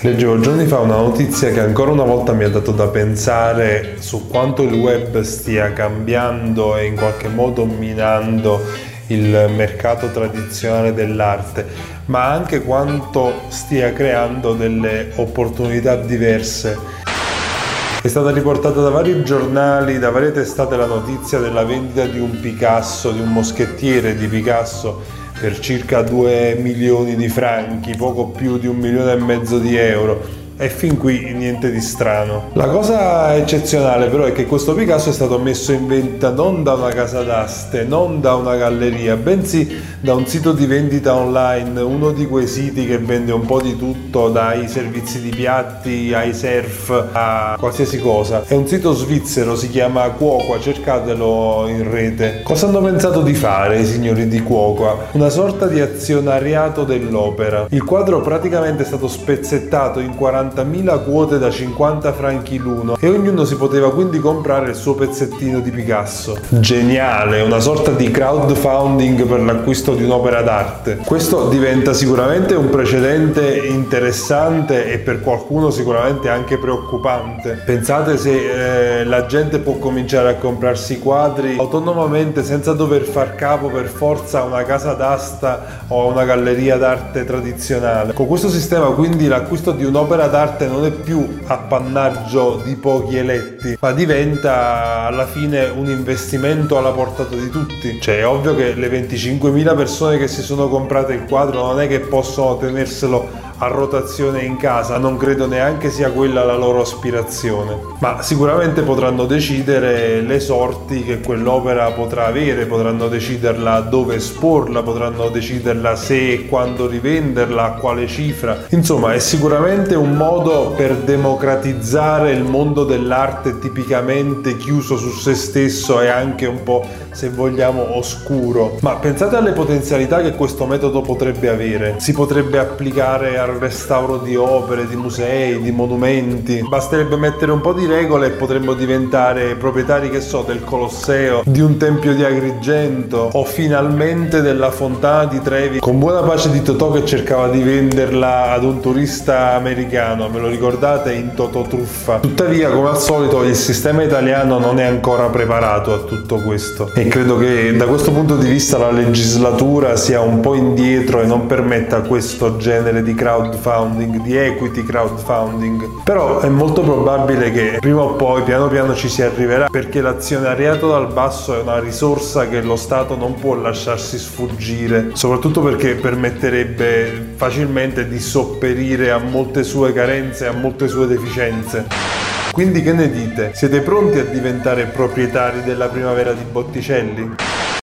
Leggevo giorni fa una notizia che ancora una volta mi ha dato da pensare su quanto il web stia cambiando e in qualche modo minando il mercato tradizionale dell'arte, ma anche quanto stia creando delle opportunità diverse. È stata riportata da vari giornali, da varie testate la notizia della vendita di un Picasso, di un moschettiere di Picasso per circa 2 milioni di franchi, poco più di 1,5 milioni di euro. E fin qui niente di strano. La cosa eccezionale però è che questo Picasso è stato messo in vendita non da una casa d'aste, non da una galleria, bensì da un sito di vendita online, uno di quei siti che vende un po' di tutto, dai servizi di piatti ai surf a qualsiasi cosa. È un sito svizzero, si chiama Quoqua, cercatelo in rete. Cosa hanno pensato di fare i signori di Quoqua? Una sorta di azionariato dell'opera. Il quadro praticamente è stato spezzettato in 40.000 quote da 50 franchi l'uno e ognuno si poteva quindi comprare il suo pezzettino di Picasso. Geniale, una sorta di crowdfunding per l'acquisto di un'opera d'arte. Questo diventa sicuramente un precedente interessante e per qualcuno sicuramente anche preoccupante. Pensate se la gente può cominciare a comprarsi quadri autonomamente senza dover far capo per forza a una casa d'asta o a una galleria d'arte tradizionale. Con questo sistema quindi l'acquisto di un'opera d'arte non è più appannaggio di pochi eletti, ma diventa alla fine un investimento alla portata di tutti. Cioè è ovvio che le 25.000 persone che si sono comprate il quadro non è che possono tenerselo a rotazione in casa, non credo neanche sia quella la loro aspirazione, ma sicuramente potranno decidere le sorti che quell'opera potrà avere, potranno deciderla dove esporla, potranno deciderla se e quando rivenderla, a quale cifra. Insomma, è sicuramente un modo per democratizzare il mondo dell'arte tipicamente chiuso su se stesso e anche un po', se vogliamo, oscuro. Ma pensate alle potenzialità che questo metodo potrebbe avere. Si potrebbe applicare al restauro di opere, di musei, di monumenti. Basterebbe mettere un po' di regole e potremmo diventare proprietari, che so, del Colosseo, di un tempio di Agrigento o finalmente della Fontana di Trevi, con buona pace di Totò che cercava di venderla ad un turista americano, me lo ricordate, in Totò Truffa. Tuttavia, come al solito, il sistema italiano non è ancora preparato a tutto questo e credo che da questo punto di vista la legislatura sia un po' indietro e non permetta questo genere di crowdfunding, di equity crowdfunding. Però è molto probabile che prima o poi piano piano ci si arriverà, perché l'azionariato dal basso è una risorsa che lo Stato non può lasciarsi sfuggire, soprattutto perché permetterebbe facilmente di sopperire a molte sue carenze, a molte sue deficienze. Quindi che ne dite? Siete pronti a diventare proprietari della primavera di Botticelli?